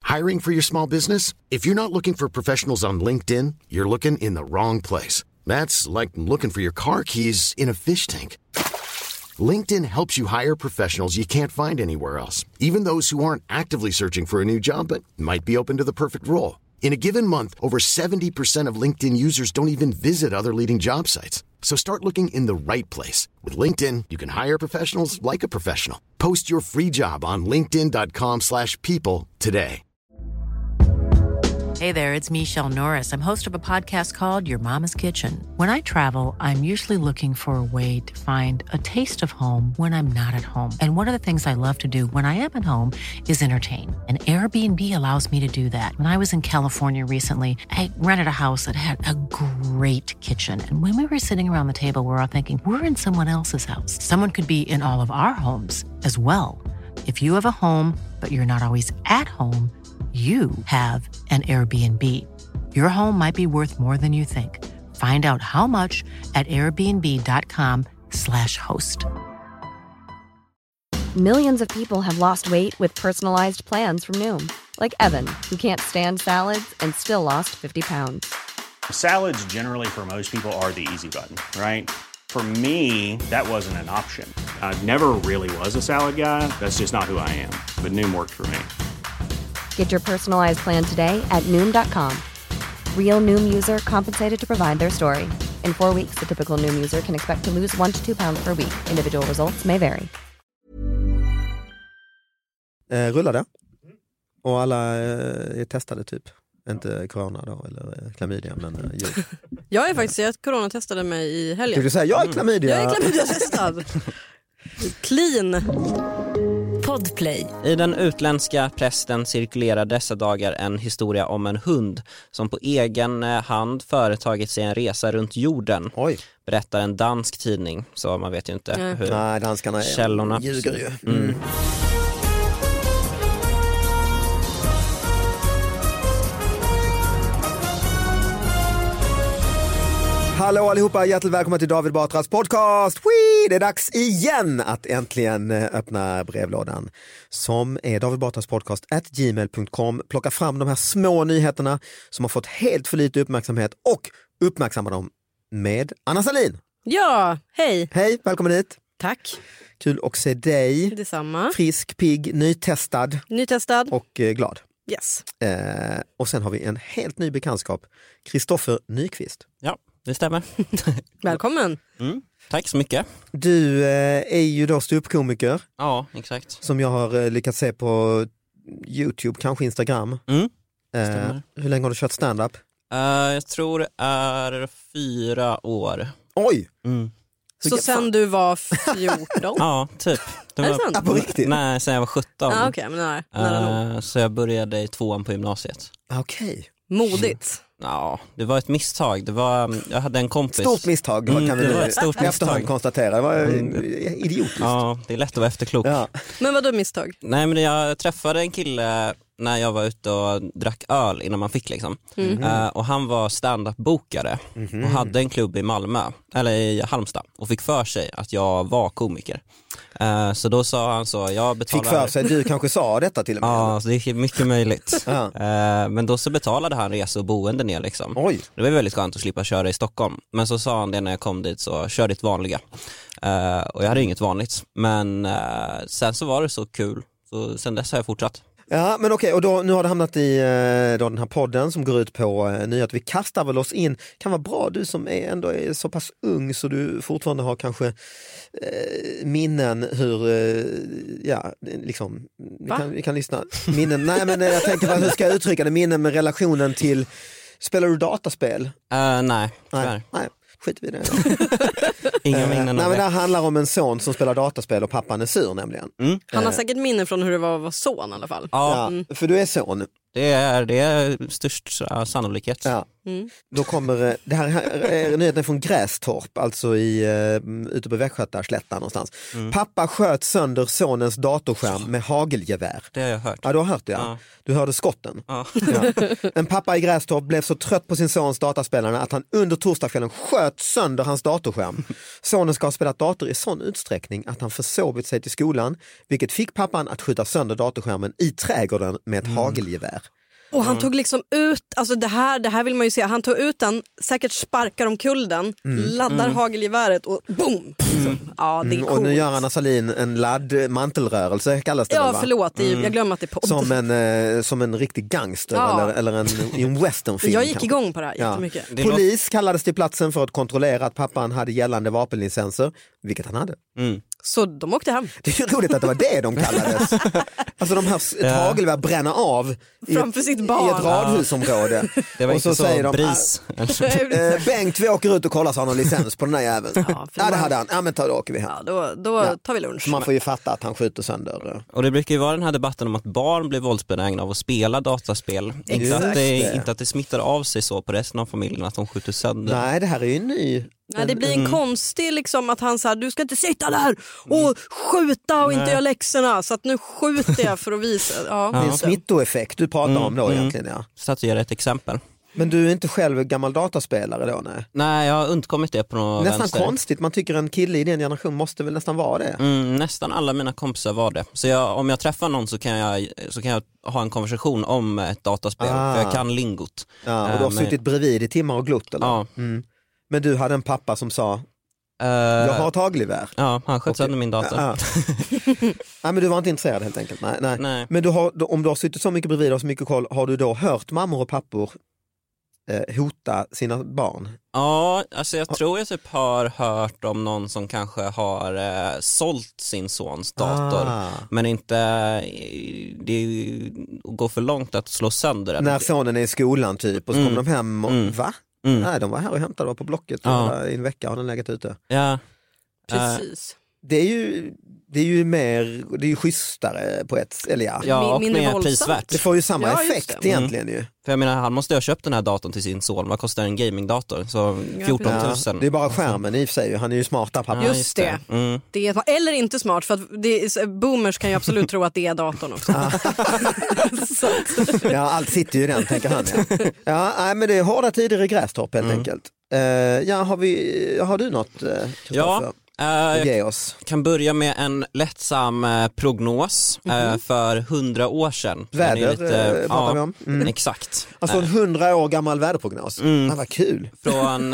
Hiring for your small business? If you're not looking for professionals on LinkedIn, you're looking in the wrong place. That's like looking for your car keys in a fish tank. LinkedIn helps you hire professionals you can't find anywhere else, even those who aren't actively searching for a new job but might be open to the perfect role. In a given month, over 70% of LinkedIn users don't even visit other leading job sites. So start looking in the right place. With LinkedIn, you can hire professionals like a professional. Post your free job on linkedin.com/people today. Hey there, it's Michelle Norris. I'm host of a podcast called Your Mama's Kitchen. When I travel, I'm usually looking for a way to find a taste of home when I'm not at home. And one of the things I love to do when I am at home is entertain. And Airbnb allows me to do that. When I was in California recently, I rented a house that had a great kitchen. And when we were sitting around the table, we were all thinking, we're in someone else's house. Someone could be in all of our homes as well. If you have a home, but you're not always at home, you have an Airbnb. Your home might be worth more than you think. Find out how much at airbnb.com/host. Millions of people have lost weight with personalized plans from Noom. Like Evan, who can't stand salads and still lost 50 pounds. Salads generally for most people are the easy button, right? For me, that wasn't an option. I never really was a salad guy. That's just not who I am. But Noom worked for me. Get your personalized plan today at Noom.com. Real Noom user compensated to provide their story. In 4 weeks, the typical Noom user can expect to lose 1 to 2 pounds per week. Individual results may vary. Rullade. Och alla är testade typ. Inte corona då, eller klamydia, men djur. Jag är faktiskt, corona testade mig i helgen. Du säger, jag är klamydia. Jag är klamydia-testad. Clean. Podplay. I den utländska pressen cirkulerar dessa dagar en historia om en hund som på egen hand företagit sig en resa runt jorden. Oj. Berättar en dansk tidning, så man vet ju inte hur. Nej, danskarna källorna ljuger ju. Hallå allihopa, hjärtligt välkomna till David Batras podcast. Whee! Det är dags igen att äntligen öppna brevlådan som är David Batras podcast @gmail.com. Plocka fram de här små nyheterna som har fått helt för lite uppmärksamhet och uppmärksamma dem med Anna Salin. Ja, hej. Hej, välkommen hit. Tack. Kul att se dig. Detsamma. Frisk, pigg, nytestad. Nytestad. Och glad. Yes. Och sen har vi en helt ny bekantskap. Kristoffer Nyqvist. Ja, det stämmer. Välkommen. Tack så mycket. Du är ju då ståuppkomiker. Ja, exakt. Som jag har lyckats se på YouTube, kanske Instagram. Hur länge har du kört stand-up? Jag tror det är 4 år. Oj! Så sen du var 14? Ja, typ. Det var sant? På riktigt? Nej, sen jag var 17. Okej, men nära. Så jag började i 2:an på gymnasiet. Okej. Modigt. Ja, det var ett misstag. Jag hade en kompis. Stort misstag kan vi det var ett stort misstag. Konstatera. Det var idiotiskt. Ja, det är lätt att vara efterklok. Ja. Men vad då misstag? Nej, men jag träffade en kille när jag var ute och drack öl innan man fick liksom. Och han var stand-up-bokare och hade en klubb i Malmö, eller i Halmstad, och fick för sig att jag var komiker. Så då sa han så, jag betalar... Fick för sig, du kanske sa detta till och med. Ja, så det är mycket möjligt. Men då så betalade han resa och boende ner liksom. Oj. Det var väldigt skönt att slippa köra i Stockholm. Men så sa han det när jag kom dit, så kör ditt vanliga. Och jag hade inget vanligt. Men sen så var det så kul. Så sen dess har jag fortsatt. Ja, men okej, och då, nu har det hamnat i då den här podden som går ut på nyheter. Vi kastar väl oss in. Kan vara bra, du som ändå är så pass ung så du fortfarande har kanske minnen hur, liksom, vi kan lyssna. Minnen, nej men jag tänker, hur ska jag uttrycka det? Minnen med relationen till, spelar du dataspel? Nej. Skit vi det. Inga minnen. Nej, men det handlar om en son som spelar dataspel och pappan är sur nämligen. Han har säkert minnen från hur det var att vara son i alla fall. Ja, för du är son. Det är störst sannolikhet. Ja. Då kommer, det här är nyheten från Grästorp, alltså ute på Västgötaslättan någonstans. Pappa sköt sönder sonens datorskärm med hagelgevär. Det har jag hört. Ja, du har hört det, ja. Du hörde skotten. Ja. En pappa i Grästorp blev så trött på sin sons dataspelare att han under torsdagskvällen sköt sönder hans datorskärm. Sonen ska ha spelat dator i sån utsträckning att han försovit sig till skolan, vilket fick pappan att skjuta sönder datorskärmen i trädgården med ett hagelgevär. Och han tog liksom ut, alltså det här vill man ju se, han tog ut den, säkert sparkar omkull den, laddar hagelgeväret och boom! Ja, det är coolt. Och nu gör Anna Salin en mantelrörelse kallas det väl, va? Förlåt, jag glömmer att det är podd. Som en riktig gangster eller i en westernfilm. Jag gick igång på det här jättemycket. Ja. Polis kallades till platsen för att kontrollera att pappan hade gällande vapenlicenser, vilket han hade. Så de åkte hem. Det är ju roligt att det var det de kallades. Alltså de här hagelgevär bränna av framför sitt barn. I ett radhusområde. Det var och inte så säger de, bris. Bengt, vi åker ut och kollar så har han licens på den här jäveln. Det hade han. Ja, men då åker vi hem. Ja, då tar vi lunch. Så man får ju fatta att han skjuter sönder. Och det brukar ju vara den här debatten om att barn blir våldsbenägna av att spela dataspel. Inte att det smittar av sig så på resten av familjen att de skjuter sönder. Nej, det här är ju en ny... Nej, det blir en konstig liksom att han säger du ska inte sitta där och skjuta och inte göra läxorna, så att nu skjuter jag för att visa. Ja. Det är en smittoeffekt du pratar om då egentligen. Ja. Så att jag ger ett exempel. Men du är inte själv gammal dataspelare då? Nej, jag har undkommit det på något nästan vänster. Konstigt, man tycker en kille i din generation måste väl nästan vara det. Nästan alla mina kompisar var det. Så om jag träffar någon så kan jag ha en konversation om ett dataspel, för jag kan lingot. Ja, och du har suttit bredvid i timmar och glott eller? Ja. Men du hade en pappa som sa jag har ett hagelgevär. Ja, han sköt sönder min dator. Ja. Nej, men du var inte intresserad helt enkelt. Nej. Men om du har suttit så mycket bredvid och så mycket koll, har du då hört mammor och pappor hota sina barn? Ja, alltså jag tror jag typ har hört om någon som kanske har sålt sin sons dator, men inte det går för långt att slå sönder den. När sonen är i skolan typ och så kommer de hem och va? Nej, de var här och hämtade på Blocket i en vecka har den legat ute. Ja. Precis. Det är ju schysstare på ett, eller ja, och mer prisvärt. Det får ju samma effekt egentligen ju. För jag menar, han måste ha köpt den här datorn till sin son. Vad kostar en gamingdator? Så 14 000. Ja, det är bara skärmen i och för sig. Han är ju smarta pappa. Just det. Det är, eller inte smart, för att boomers kan ju absolut tro att det är datorn också. Ja, allt sitter ju i den, tänker han. Ja, nej, men det är hårda tider i Grästorp helt enkelt. Har du något? Ja. Jag kan börja med en lättsam prognos för 100 år sedan. Väder pratar vi om. Exakt. Alltså en 100 år gammal väderprognos. Vad kul. Från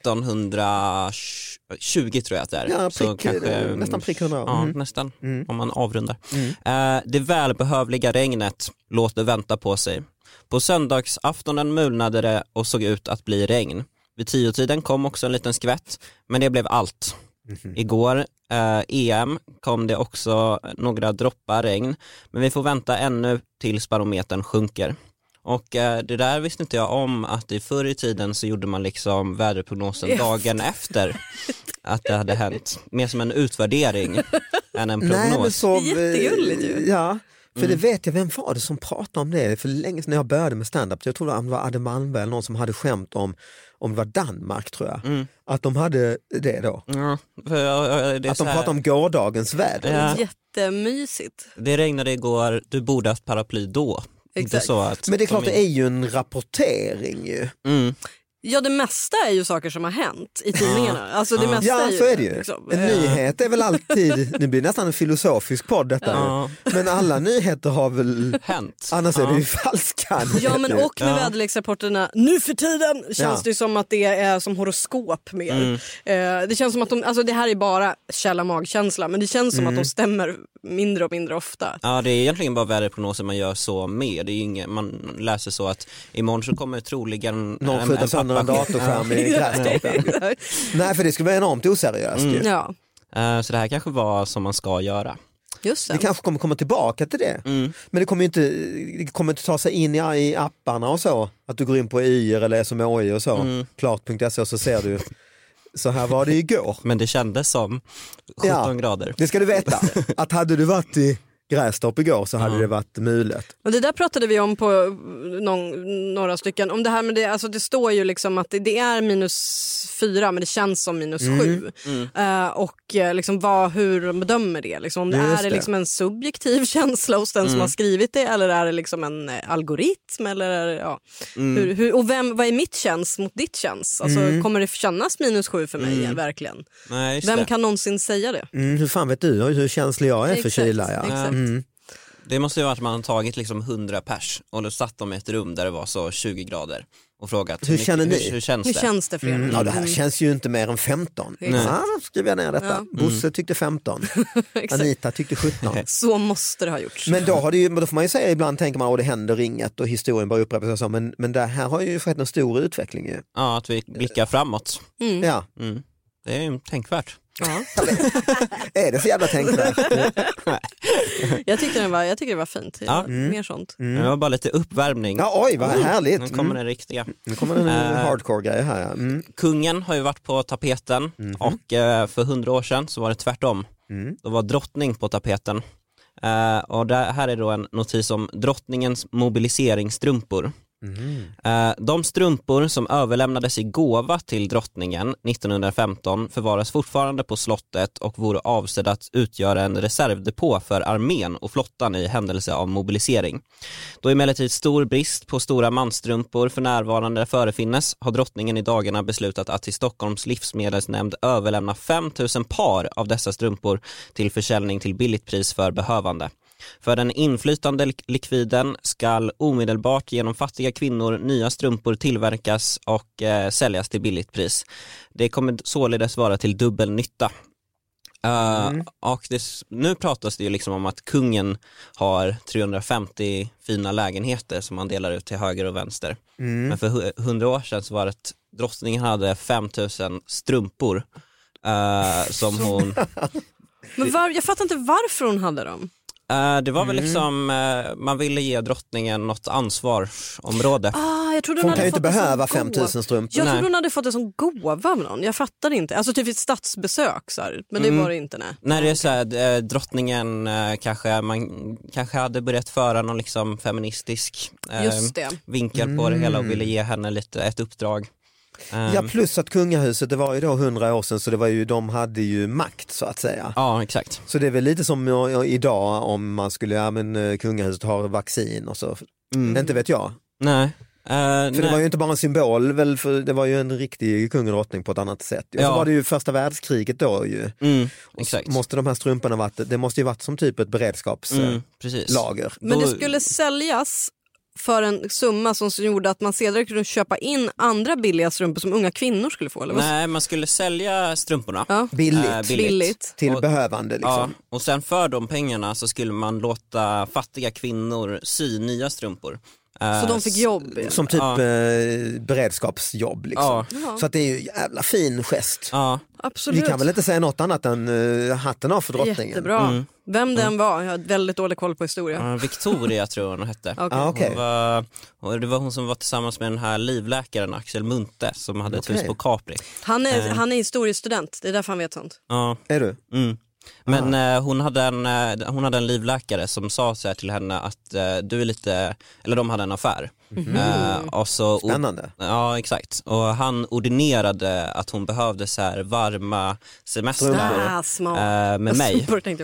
1920 tror jag att det är. Ja, så kanske, nästan prick 100 år. Ja, nästan. Om man avrundar. Det välbehövliga regnet låter vänta på sig. På söndagsaftonen mulnade det och såg ut att bli regn. Vid 10-tiden kom också en liten skvätt, men det blev allt. Igår EM kom det också några droppar regn, men vi får vänta ännu tills barometern sjunker. Och det där visste inte jag om, att i förr i tiden så gjorde man liksom väderprognosen dagen efter att det hade hänt. Mer som en utvärdering än en prognos. Nej, men så, jättegulligt ju. Ja, för det vet jag, vem var det som pratade om det för länge sedan när jag började med stand-up. Jag tror det var Adam Malmberg eller någon som hade skämt om det var Danmark tror jag. Att de hade det då. Ja, det att de pratade om gårdagens väder. Ja. Jättemysigt. Det regnade igår, du borde haft paraply då. Inte så att men det är klart, det är ju en rapportering ju. Ja, det mesta är ju saker som har hänt i tidningarna. Alltså det mesta ja, är ju, så är det ju. Liksom. En nyhet är väl alltid, nu blir det nästan en filosofisk podd detta. Men alla nyheter har väl hänt. Annars är det ju falska nyheter. Ja, men och med väderleksrapporterna nu för tiden känns det ju som att det är som horoskop mer. Det känns som att det här är bara källa magkänsla, men det känns som att de stämmer mindre och mindre ofta. Ja, det är egentligen bara väderprognoser man gör så med. Det är inget, man läser så att imorgon så kommer troligen någon skjuta sönder en datorskärm i Grästorp. Nej, för det skulle vara enormt oseriöst ju. Ja. Så det här kanske var som man ska göra. Just det. Vi kanske kommer komma tillbaka till det. Men det kommer inte ta sig in i apparna och så. Att du går in på YR eller SMHI och så. Klart.se och så ser du. Så här var det igår. Men det kändes som 17 grader. Det ska du veta. Att hade du varit i Grästorp igår så hade det varit mulet. Och det där pratade vi om på några stycken. Om det här med det, alltså det står ju liksom att det är -4 men det känns som -7. Och liksom hur de bedömer det. Liksom, om det är liksom en subjektiv känsla hos den som har skrivit det eller är det liksom en algoritm eller är det, och vad är mitt käns mot ditt käns? Alltså kommer det kännas -7 för mig verkligen? Nej, vem kan någonsin säga det? Hur fan vet du hur känslig jag är för kyla? Ja. Exakt. Det måste ju vara att man har tagit liksom 100 pers och då satt de i ett rum där det var så 20 grader och frågat hur känner ni? Hur känns det? För er? Ja, det här känns ju inte mer än 15. Ja, skriver jag ner detta. Bosse tyckte 15. Anita tyckte 17. Så måste det ha gjorts. Men då får man ju säga, ibland tänker man att det händer inget och historien bara upprepar sig så. Men det här har ju skett en stor utveckling ju. Ja, att vi blickar framåt. Ja. Det är ju tänkvärt. Ja. Är det så jävla tänkvärt? Jag tycker det var fint. Mer sånt. Det var bara lite uppvärmning. Ja, oj, vad härligt. Nu kommer den riktiga. Nu kommer en hardcore-grej här. Ja. Kungen har ju varit på tapeten och för 100 år sedan så var det tvärtom. Då var drottning på tapeten. Och här är då en notis om drottningens mobiliseringsstrumpor. De strumpor som överlämnades i gåva till drottningen 1915 förvaras fortfarande på slottet och vore avsedda att utgöra en reservdepå för armén och flottan i händelse av mobilisering. Då emellertid stor brist på stora mansstrumpor för närvarande förefinnes har drottningen i dagarna beslutat att till Stockholms livsmedelsnämnd överlämna 5 000 par av dessa strumpor till försäljning till billigt pris för behövande. För den inflytande likviden ska omedelbart genom fattiga kvinnor nya strumpor tillverkas och säljas till billigt pris. Det kommer således vara till dubbel nytta. Och nu pratas det ju liksom om att kungen har 350 fina lägenheter som man delar ut till höger och vänster. Men för 100 år sedan så var det att drottningen hade 5 000 strumpor som hon... Men jag fattar inte varför hon hade dem. Det var väl liksom man ville ge drottningen något ansvarsområde. Jag trodde hon kan ju inte behöva 5 000 strumpor. Jag trodde hon hade fått det som gåva av någon. Jag fattar inte. Alltså typ ett statsbesök så här. Men det var det inte. Nej, det är så här, drottningen kanske hade börjat föra någon liksom feministisk vinkel på det hela och ville ge henne ett uppdrag. Ja, plus att kungahuset, det var ju då 100 år sedan, så det var ju, de hade ju makt så att säga. Ja, exakt. Så det är väl lite som idag om man skulle, kungahuset har vaccin och så. Inte vet jag. Nej. För det var ju inte bara en symbol, väl, för det var ju en riktig kung och drottning på ett annat sätt. Och så var det ju första världskriget då ju. Exakt. Måste de här strumporna det måste ju varit som typ ett beredskapslager. Men det skulle säljas för en summa som gjorde att man sedan kunde köpa in andra billiga strumpor som unga kvinnor skulle få? Eller vad? Nej, man skulle sälja strumporna billigt till behövande liksom. Ja, och sen för de pengarna så skulle man låta fattiga kvinnor sy nya strumpor. Så de fick jobb? Som typ beredskapsjobb liksom. Så att det är ju jävla fin gest. Ja. Absolut. Vi kan väl inte säga något annat än hatten av för drottningen. Jättebra. Vem den var, jag har väldigt dålig koll på historia. Victoria tror hon hette. Okay. Det var hon som var tillsammans med den här livläkaren Axel Munthe som hade ett hus på Capri. Han är historiestudent, det är därför han vet sånt. Ja. Är du? Men hon hade en livläkare som sa så här till henne att du är lite, eller de hade en affär. Och så, spännande. Ja, exakt. Och han ordinerade att hon behövde så här varma semestrar med mig.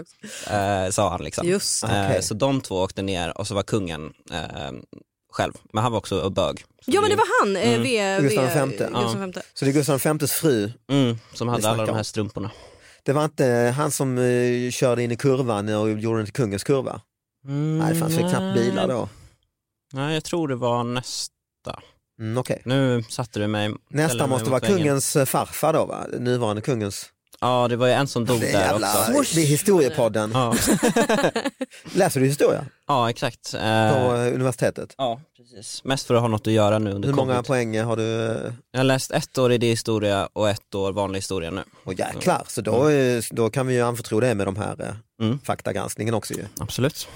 Sa han liksom. Just. Så de två åkte ner och så var kungen själv. Men han var också bög. Ja, men det var han. Gustav V. Så det är Gustav V:s fru. Som hade alla de här strumporna. Det var inte han som körde in i kurvan och gjorde den till kungens kurva? Nej, det fanns ju knappt bilar då. Nej, jag tror det var nästa. Okay. Nu satte du mig. Nästa måste vara kungens farfar då, va? Nuvarande kungens. Ja, det var ju en som dog där också. Det är historiepodden. Ja. Läser du historia? Ja, exakt. På universitetet? Ja, precis. Mest för att ha något att göra nu under Hur många COVID. poäng har du? Jag har läst 1 år idéhistoria och 1 år vanlig historia nu. Och jäklar, så då kan vi ju anförtro det med de här faktagranskningen också ju. Absolut.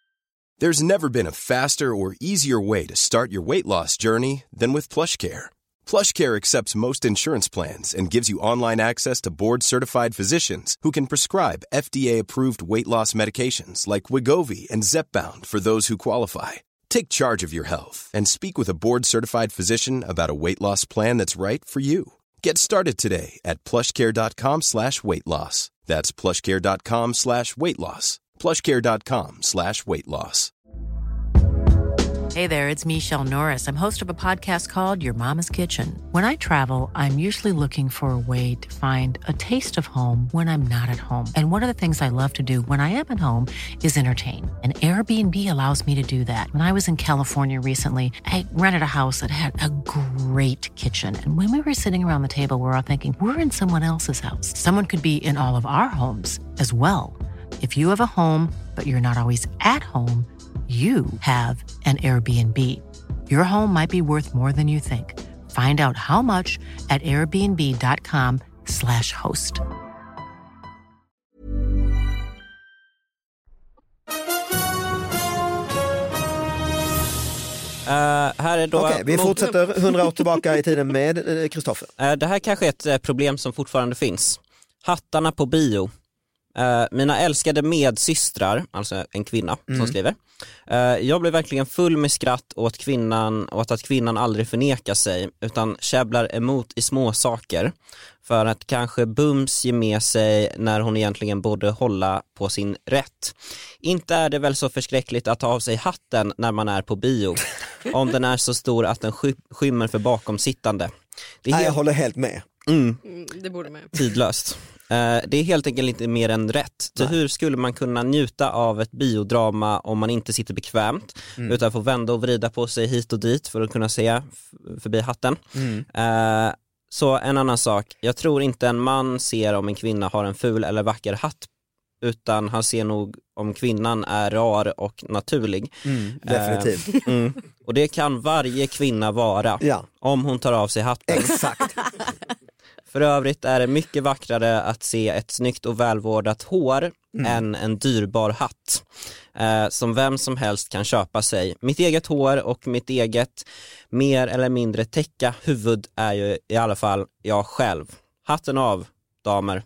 There's never been a faster or easier way to start your weight loss journey than with PlushCare. PlushCare accepts most insurance plans and gives you online access to board-certified physicians who can prescribe FDA-approved weight loss medications like Wegovy and Zepbound for those who qualify. Take charge of your health and speak with a board-certified physician about a weight loss plan that's right for you. Get started today at plushcare.com/weightloss. That's plushcare.com/weightloss. plushcare.com/weightloss. Hey there, it's Michelle Norris. I'm host of a podcast called Your Mama's Kitchen. When I travel, I'm usually looking for a way to find a taste of home when I'm not at home. And one of the things I love to do when I am at home is entertain. And Airbnb allows me to do that. When I was in California recently, I rented a house that had a great kitchen. And when we were sitting around the table, we were all thinking, we're in someone else's house. Someone could be in all of our homes as well. If you have a home, but you're not always at home, you have an Airbnb. Your home might be worth more than you think. Find out how much at airbnb.com/host. Här är då Okej, vi fortsätter 100 år tillbaka i tiden med Kristoffer. Det här kanske är ett problem som fortfarande finns. Hattarna på bio. Mina älskade medsystrar, alltså en kvinna som skriver. Jag blev verkligen full med skratt åt att kvinnan aldrig förnekar sig utan käbblar emot i små saker för att kanske bums ge med sig när hon egentligen borde hålla på sin rätt. Inte är det väl så förskräckligt att ta av sig hatten när man är på bio om den är så stor att den skymmer för bakomsittande. Jag håller helt med. Det borde med. Tidlöst. Det är helt enkelt inte mer än rätt. Så hur skulle man kunna njuta av ett biodrama om man inte sitter bekvämt utan får vända och vrida på sig hit och dit för att kunna se förbi hatten? Så en annan sak. Jag tror inte en man ser om en kvinna har en ful eller vacker hatt utan han ser nog om kvinnan är rar och naturlig. Definitivt. Och det kan varje kvinna vara om hon tar av sig hatten. Exakt. För övrigt är det mycket vackrare att se ett snyggt och välvårdat hår än en dyrbar hatt som vem som helst kan köpa sig. Mitt eget hår och mitt eget mer eller mindre täcka huvud är ju i alla fall jag själv. Hatten av, damer.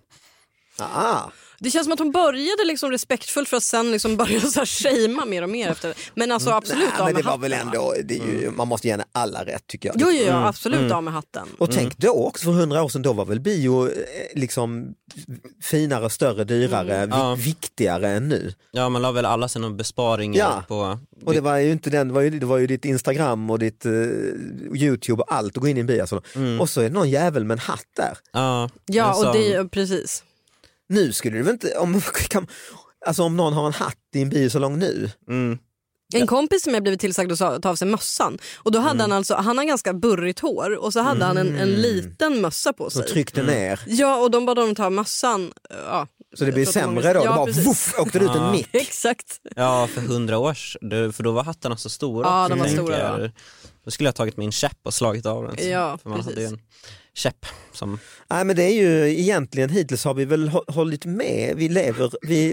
Det känns som att hon började liksom respektfullt för att sen liksom börja så här shamea mer och mer efter. Men alltså absolut av men med det var hatten. väl ändå, det är ju, man måste ge henne alla rätt tycker jag. Jo, absolut av med hatten. Och tänk då också för 100 år sedan, då var väl bio liksom finare, större, dyrare, viktigare än nu. Ja, man la väl alla sina besparingar på... Och det var ju inte det var ju ditt Instagram och ditt YouTube och allt och gå in i en bio. Alltså. Och så är det någon jävel med en hatt där. Ja, och det är precis. Nu skulle det väl inte, om någon har en hatt i en biosalong nu. En kompis som jag blivit tillsagd att ta av sig mössan. Och då hade han har ganska burrigt hår. Och så hade han en liten mössa på sig. Så tryckte ner. Ja, och de bad dem ta mössan. Ja, så det blir sämre då? Ja, det bara vuff, åkte det ut en mick. Exakt. Ja, för 100 år sedan. För då var hattarna så stora. Ja, de var stora. Då skulle jag tagit min käpp och slagit av den. Ja, för man precis. hade ju en käpp som... Nej, men det är ju egentligen, hittills har vi väl hållit med. Vi lever,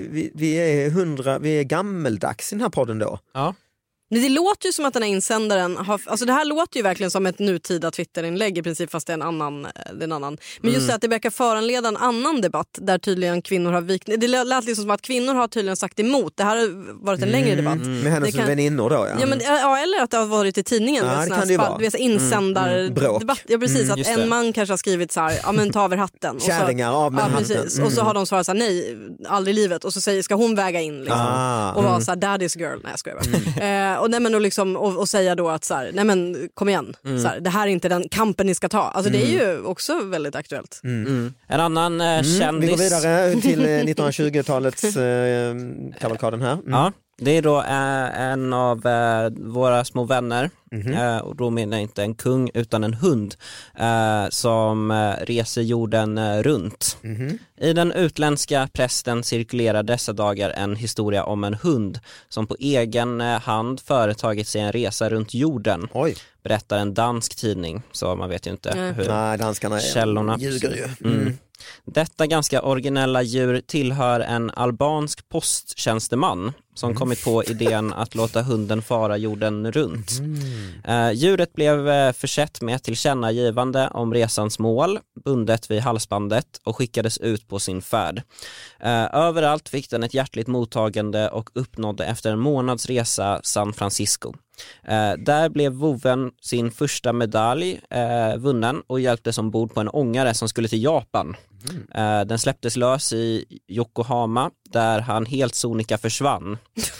vi är gammeldags i den här podden då. Ja. Men det låter ju som att den här insändaren har, alltså det här låter ju verkligen som ett nutida Twitterinlägg i princip, fast det är en annan. Men just det att det verkar föranleda en annan debatt där tydligen kvinnor har vikt. Det lät liksom som att kvinnor har tydligen sagt emot. Det här har varit en längre debatt. Med hennes väninnor då, eller att det har varit i tidningen. Ja, det kan det ju vara. Insändardebatt. Ja, precis. Att en man kanske har skrivit så här, ja men ta över hatten. Kärringar av med hatten. Och så har de svarat så här, nej, aldrig i livet. Och så ska hon väga in liksom. Och vara så här, daddy's girl. Nej, jag skojar bara. Och säga då att så här, nej men kom igen, så här, det här är inte den kampen ni ska ta. Alltså det är ju också väldigt aktuellt. En annan kändis. Vi går vidare till 1920-talets kavalkaden här. Ja, det är då en av våra små vänner, och då menar jag inte en kung utan en hund, som reser jorden runt. I den utländska pressen cirkulerar dessa dagar en historia om en hund som på egen hand företagit sig en resa runt jorden. Oj. Berättar en dansk tidning, så man vet ju inte hur danskarna källorna ljuger ju. Detta ganska originella djur tillhör en albansk posttjänsteman som kommit på idén att låta hunden fara jorden runt. Djuret blev försett med tillkännagivande om resans mål, bundet vid halsbandet och skickades ut på sin färd. Överallt fick den ett hjärtligt mottagande och uppnådde efter en månads resa San Francisco. Där blev voven sin första medalj vunnen och hjälptes ombord på en ångare som skulle till Japan. Den släpptes lös i Yokohama där han helt sonika försvann.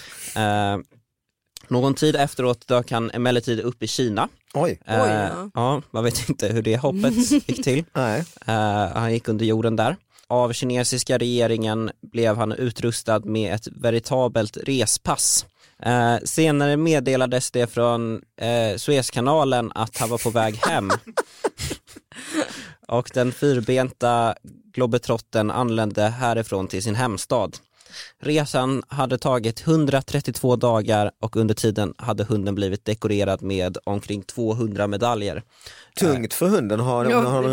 Någon tid efteråt dök han emellertid upp i Kina. Ja, man vet inte hur det hoppet gick till. Han gick under jorden där. Av kinesiska regeringen blev han utrustad med ett veritabelt respass. Senare meddelades det från Suezkanalen att han var på väg hem. Och den fyrbenta globetrotten anlände härifrån till sin hemstad. Resan hade tagit 132 dagar och under tiden hade hunden blivit dekorerad med omkring 200 medaljer. Tungt för hunden har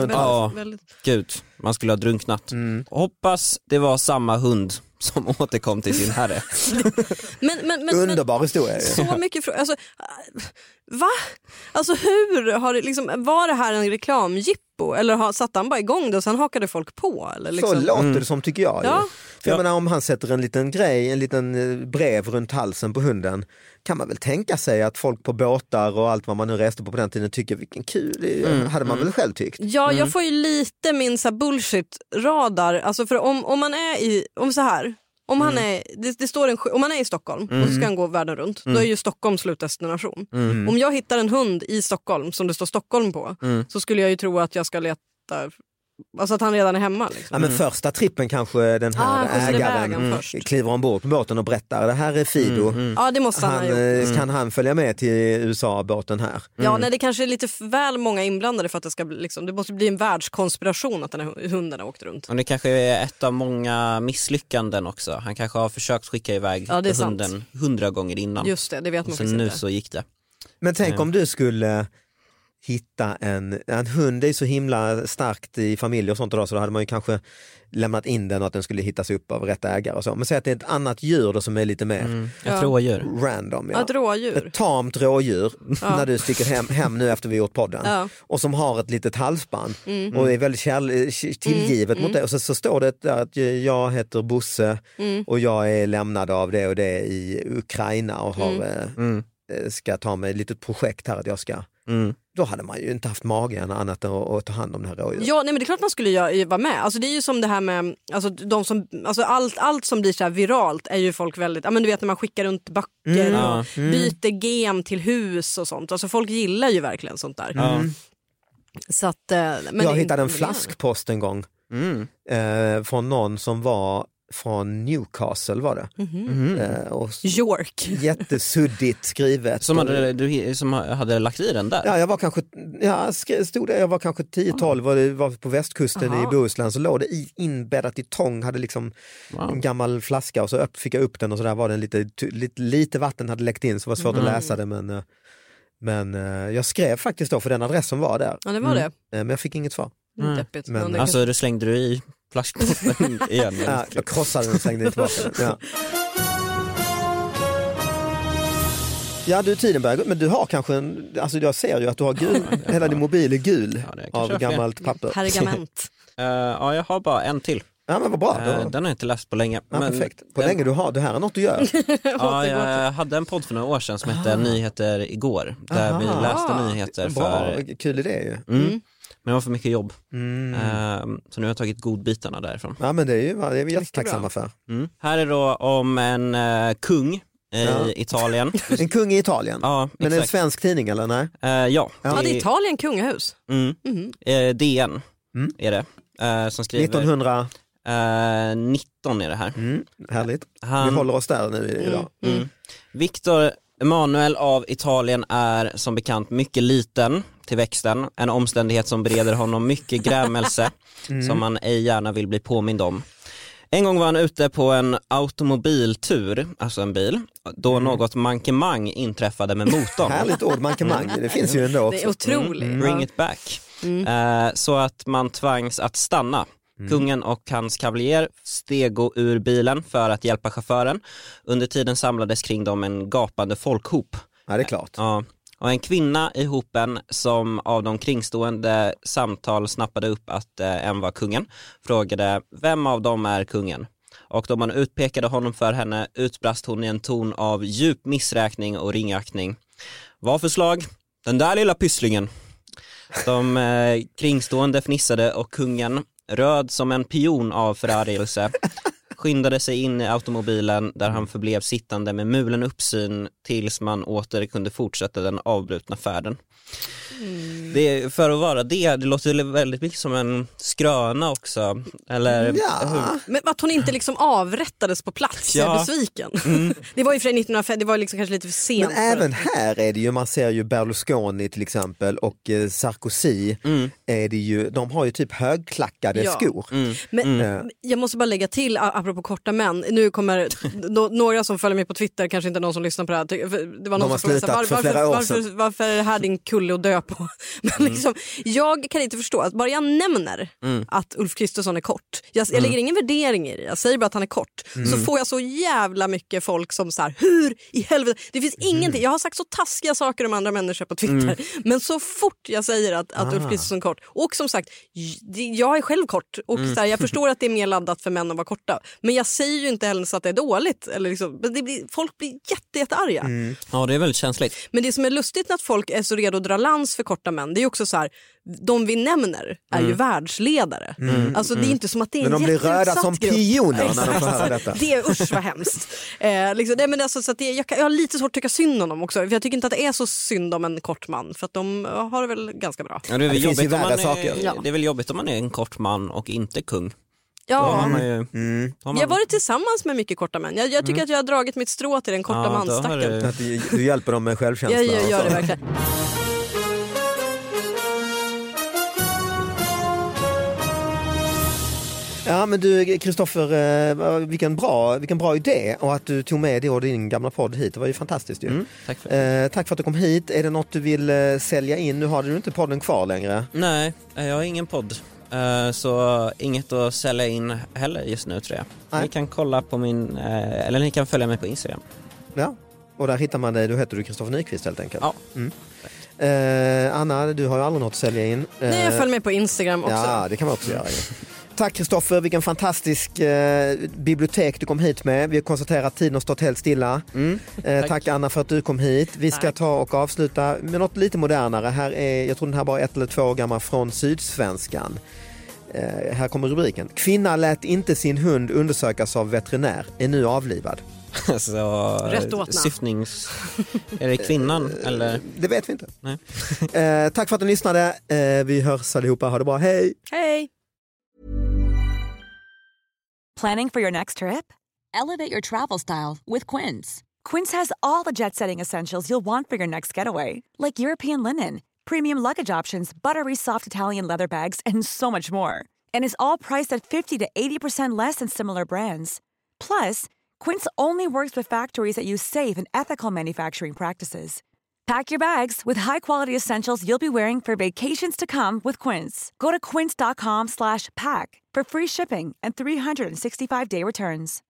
gud, man skulle ha drunknat. Hoppas det var samma hund som återkom till sin herre. men underbar historia. Så mycket alltså, va? Alltså hur har det liksom, var det här en reklamjippo eller satt han bara igång det och sen hakade folk på eller liksom? Så låter det som, tycker jag. Ja. För jag menar, om han sätter en liten grej, en liten brev runt halsen på hunden, kan man väl tänka sig att folk på båtar och allt vad man nu reste på den tiden tycker vilken kul, det hade man väl själv tyckt. Ja, jag får ju lite min så bullshit-radar, alltså för om man är i, om så här, om han är, det står om man är i Stockholm och så ska han gå världen runt, då är ju Stockholm slutdestination. Om jag hittar en hund i Stockholm som det står Stockholm på, så skulle jag ju tro att jag ska leta, alltså att han redan är hemma liksom. Ja, men första trippen kanske den här ägaren kliver ombord på båten och berättar, det här är Fido. Ja, det måste han kan han följa med till USA-båten här? Ja, nej, det kanske är lite väl många inblandade för att det ska bli, liksom, det måste bli en världskonspiration att den här hunden har åkt runt. Och det kanske är ett av många misslyckanden också. Han kanske har försökt skicka iväg hunden 100 gånger innan. Just det vet man faktiskt inte. Nu så gick det. Men tänk om du skulle hitta en hund, är så himla starkt i familj och sånt då, så då hade man ju kanske lämnat in den och att den skulle hittas upp av rätt ägare och så. Men säg att det är ett annat djur då som är lite mer ett rådjur. Random. Ja. Ett rådjur. Ett tamt rådjur när du sticker hem nu efter vi gjort podden. Och som har ett litet halsband och är väldigt tillgivet mot det. Och så står det att jag heter Bosse och jag är lämnad av det och det i Ukraina och har, ska ta med ett litet projekt här att jag ska... Då hade man ju inte haft magen annat än att ta hand om det här rådjuret. Ja, nej, men det är klart man skulle vara med. Alltså det är ju som det här med alltså allt som blir så här viralt är ju folk väldigt, ja men du vet när man skickar runt böcker och byter gem till hus och sånt. Alltså folk gillar ju verkligen sånt där. Så att, men jag hittade en flaskpost en gång från någon som var från Newcastle var det. Och York. Jättesuddigt skrivet. Som hade lagt i den där? Ja, jag var kanske 10-12 och det var på västkusten i Bohuslän, så låg det inbäddat i tång, hade liksom en gammal flaska och så fick jag upp den och så där var den lite vatten hade läckt in så var det svårt att läsa det, men jag skrev faktiskt då för den adressen var där. Ja, det var det. Men jag fick inget svar. Deppigt, men alltså du slängde du i flaskkoppen igen? Ja, jag krossade den och slängde tillbaka den. Ja. Ja, du Tidenberg, men du har kanske alltså jag ser ju att du har gul, hela din mobil är gul av gammalt papper. Pergament. Ja, jag har bara en till. Ja, men vad bra. Den har jag inte läst på länge. Ja, men perfekt. På länge du har, det här är något du gör. Ja, jag hade en podd för några år sedan som hette Nyheter igår. Där vi läste nyheter. Bra, kul idé ju. Men det var för mycket jobb. Så nu har jag tagit godbitarna därifrån. Ja, men det är vi jättetacksamma för. Här är då om en kung i Italien. En kung i Italien? Ja, men en svensk tidning eller nej? Ja. Hade Italien kungahus? DN är det. Som skriver 19 är det här. Härligt. Vi håller oss där nu idag. Victor Emanuel av Italien är som bekant mycket liten till växten. En omständighet som bereder honom mycket grämelse som man ej gärna vill bli påmind om. En gång var han ute på en automobiltur, alltså en bil, då något mankemang inträffade med motorn. Härligt ord, mankemang. Det finns ju ändå också. Det är otroligt. Bring it back. Så att man tvangs att stanna. Kungen och hans kavaljer stego ur bilen för att hjälpa chauffören. Under tiden samlades kring dem en gapande folkhop. Ja, det är klart. Ja. Och en kvinna i hopen som av de kringstående samtal snappade upp att en var kungen frågade vem av dem är kungen. Och då man utpekade honom för henne utbrast hon i en ton av djup missräkning och ringaktning. Vad för slag? Den där lilla pysslingen. De kringstående fnissade och kungen, röd som en pion av förargelse, skyndade sig in i automobilen där han förblev sittande med mulen uppsyn tills man åter kunde fortsätta den avbrutna färden. Det, för att vara det låter väldigt mycket som en skröna också. Eller, Men att hon inte liksom avrättades på plats, jag är besviken. Det var ju för 1905, det var liksom kanske lite för sent. Men även här är det ju, man ser ju Berlusconi till exempel och Sarkozy, är det ju, de har ju typ högklackade skor. Men jag måste bara lägga till, apropå korta män, nu kommer några som följer mig på Twitter, kanske inte någon som lyssnar på det här. Det var någon som frågade varför är det här din kulle att dö på? Men liksom, jag kan inte förstå att bara jag nämner att Ulf Kristersson är kort, jag lägger ingen värdering i det, jag säger bara att han är kort, så får jag så jävla mycket folk som så här, hur i helvete, det finns ingenting, jag har sagt så taskiga saker om andra människor på Twitter, men så fort jag säger att Ulf Kristersson är kort, och som sagt jag är själv kort och så här, jag förstår att det är mer laddat för män att vara korta, men jag säger ju inte heller så att det är dåligt eller liksom, folk blir jättearga. Ja, det är väldigt känsligt. Men det som är lustigt att folk är så redo att dra lans för korta män, det är ju också så här, de vi nämner är ju världsledare. Alltså det är inte som att det är en men de blir röda som grupp. pioner när de får höra detta. Det är usch vad hemskt. Liksom, det, men alltså, så att jag har lite svårt att tycka synd om dem också. För jag tycker inte att det är så synd om en kort man, för att de har det väl ganska bra. Ja, det är väl finns ju jobbigt värre saker. Det är väl jobbigt om man är en kort man och inte kung. Ja, jag har varit tillsammans med mycket korta män. Jag tycker att jag har dragit mitt strå till den korta manstacken. Du hjälper dem med självkänsla. Jag gör det verkligen. Ja, men du Kristoffer, vilken bra idé, och att du tog med det och din gamla podd hit, det var ju fantastiskt ju. Tack för det. Tack för att du kom hit. Är det något du vill sälja in? Nu har du inte podden kvar längre. Nej, jag har ingen podd. Så inget att sälja in heller just nu, tror jag. Nej. Ni kan kolla på min, eller ni kan följa mig på Instagram. Ja, och där hittar man dig, då heter du Kristoffer Nyqvist helt enkelt. Ja. Anna, du har ju aldrig något att sälja in. Nej, jag följer mig på Instagram också. Ja, det kan man också göra. Tack Kristoffer, vilken fantastisk bibliotek du kom hit med. Vi har konstaterat att tiden har stått helt stilla. Tack Anna för att du kom hit. Vi ska ta och avsluta med något lite modernare. Här är, jag tror den här bara 1 eller 2 år gammal, från Sydsvenskan. Här kommer rubriken. Kvinna lät inte sin hund undersökas av veterinär, är nu avlivad. Så, rätt åt syftnings... Är det kvinnan eller? Det vet vi inte. Nej. Tack för att du lyssnade. Vi hörs allihopa. Ha det bra. Hej! Hej! Planning for your next trip? Elevate your travel style with Quince. Quince has all the jet-setting essentials you'll want for your next getaway, like European linen, premium luggage options, buttery soft Italian leather bags, and so much more. And is all priced at 50 to 80% less than similar brands. Plus, Quince only works with factories that use safe and ethical manufacturing practices. Pack your bags with high-quality essentials you'll be wearing for vacations to come with Quince. Go to quince.com/pack for free shipping and 365-day returns.